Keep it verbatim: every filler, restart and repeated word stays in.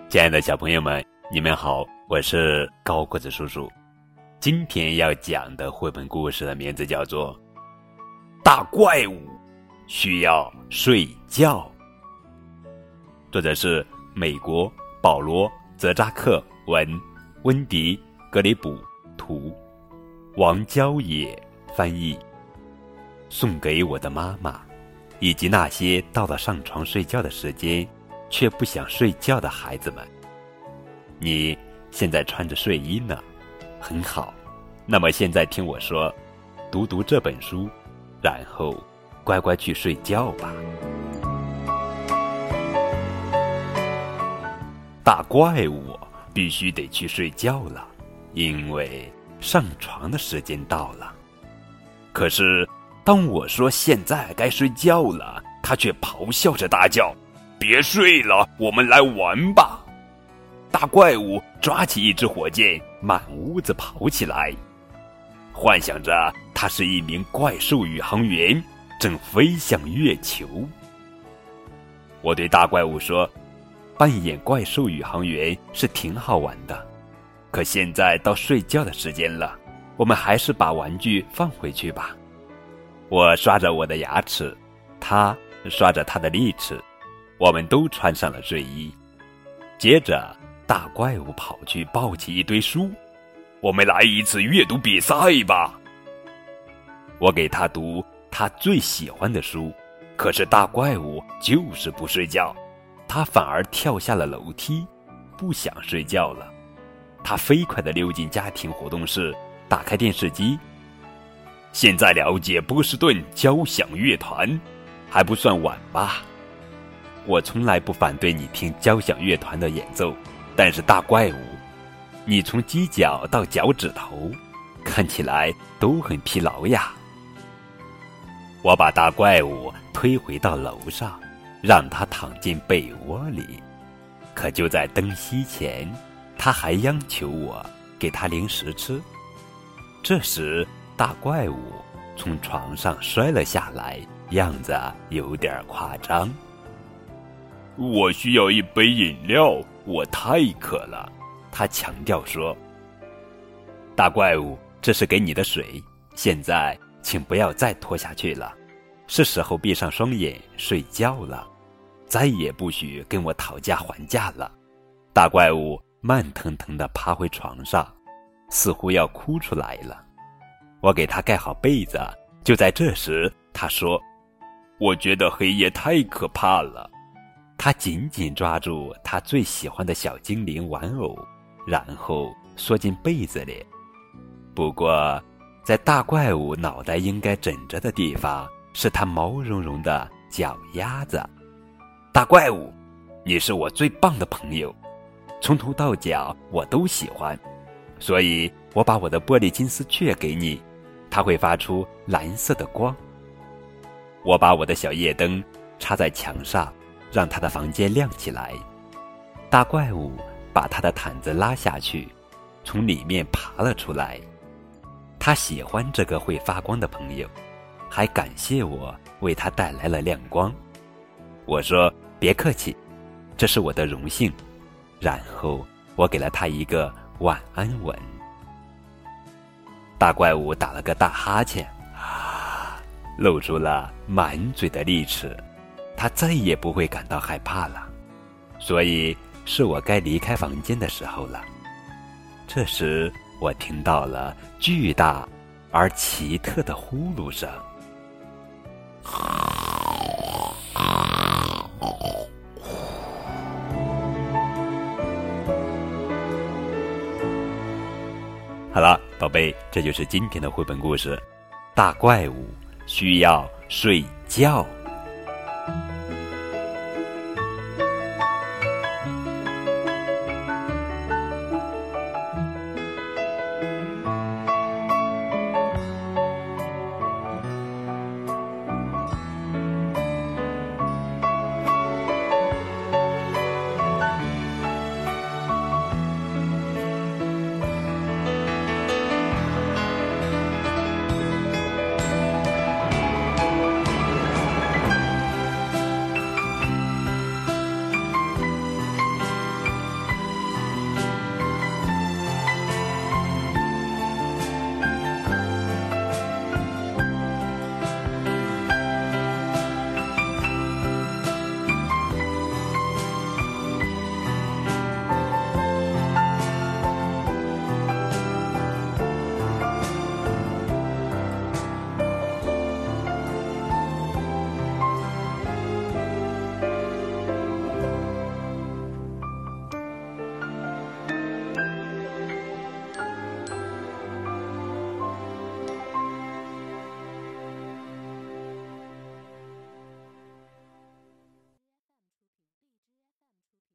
亲爱的小朋友们，你们好，我是高个子叔叔。今天要讲的绘本故事的名字叫做《大怪物需要睡觉》，作者是美国保罗·泽扎克文，温迪·格雷卜图，王娇野翻译。送给我的妈妈，以及那些到了上床睡觉的时间却不想睡觉的孩子们。你现在穿着睡衣呢，很好。那么现在听我说，读读这本书，然后乖乖去睡觉吧。大怪物必须得去睡觉了，因为上床的时间到了。可是当我说现在该睡觉了，他却咆哮着大叫：别睡了，我们来玩吧！大怪物抓起一支火箭，满屋子跑起来，幻想着他是一名怪兽宇航员，正飞向月球。我对大怪物说，扮演怪兽宇航员是挺好玩的，可现在到睡觉的时间了，我们还是把玩具放回去吧。我刷着我的牙齿，他刷着他的利齿，我们都穿上了睡衣。接着大怪物跑去抱起一堆书，我们来一次阅读比赛吧。我给他读他最喜欢的书，可是大怪物就是不睡觉，他反而跳下了楼梯，不想睡觉了。他飞快地溜进家庭活动室，打开电视机。现在了解波士顿交响乐团还不算晚吧？我从来不反对你听交响乐团的演奏，但是大怪物，你从犄角到脚趾头看起来都很疲劳呀。我把大怪物推回到楼上，让他躺进被窝里。可就在灯熄前，他还央求我给他零食吃。这时大怪物从床上摔了下来，样子有点夸张。我需要一杯饮料，我太渴了，他强调说。大怪物，这是给你的水，现在请不要再拖下去了，是时候闭上双眼睡觉了，再也不许跟我讨价还价了。大怪物慢腾腾地爬回床上，似乎要哭出来了。我给他盖好被子，就在这时他说，我觉得黑夜太可怕了。他紧紧抓住他最喜欢的小精灵玩偶，然后缩进被子里。不过在大怪物脑袋应该枕着的地方，是他毛茸茸的脚丫子。大怪物，你是我最棒的朋友，从头到脚我都喜欢，所以我把我的玻璃金丝雀给你，它会发出蓝色的光。我把我的小夜灯插在墙上，让他的房间亮起来。大怪物把他的毯子拉下去，从里面爬了出来。他喜欢这个会发光的朋友，还感谢我为他带来了亮光。我说，别客气，这是我的荣幸。然后我给了他一个晚安吻。大怪物打了个大哈欠，露出了满嘴的利齿。他再也不会感到害怕了，所以是我该离开房间的时候了。这时我听到了巨大而奇特的呼噜声。好了，宝贝，这就是今天的绘本故事，大怪物需要睡觉。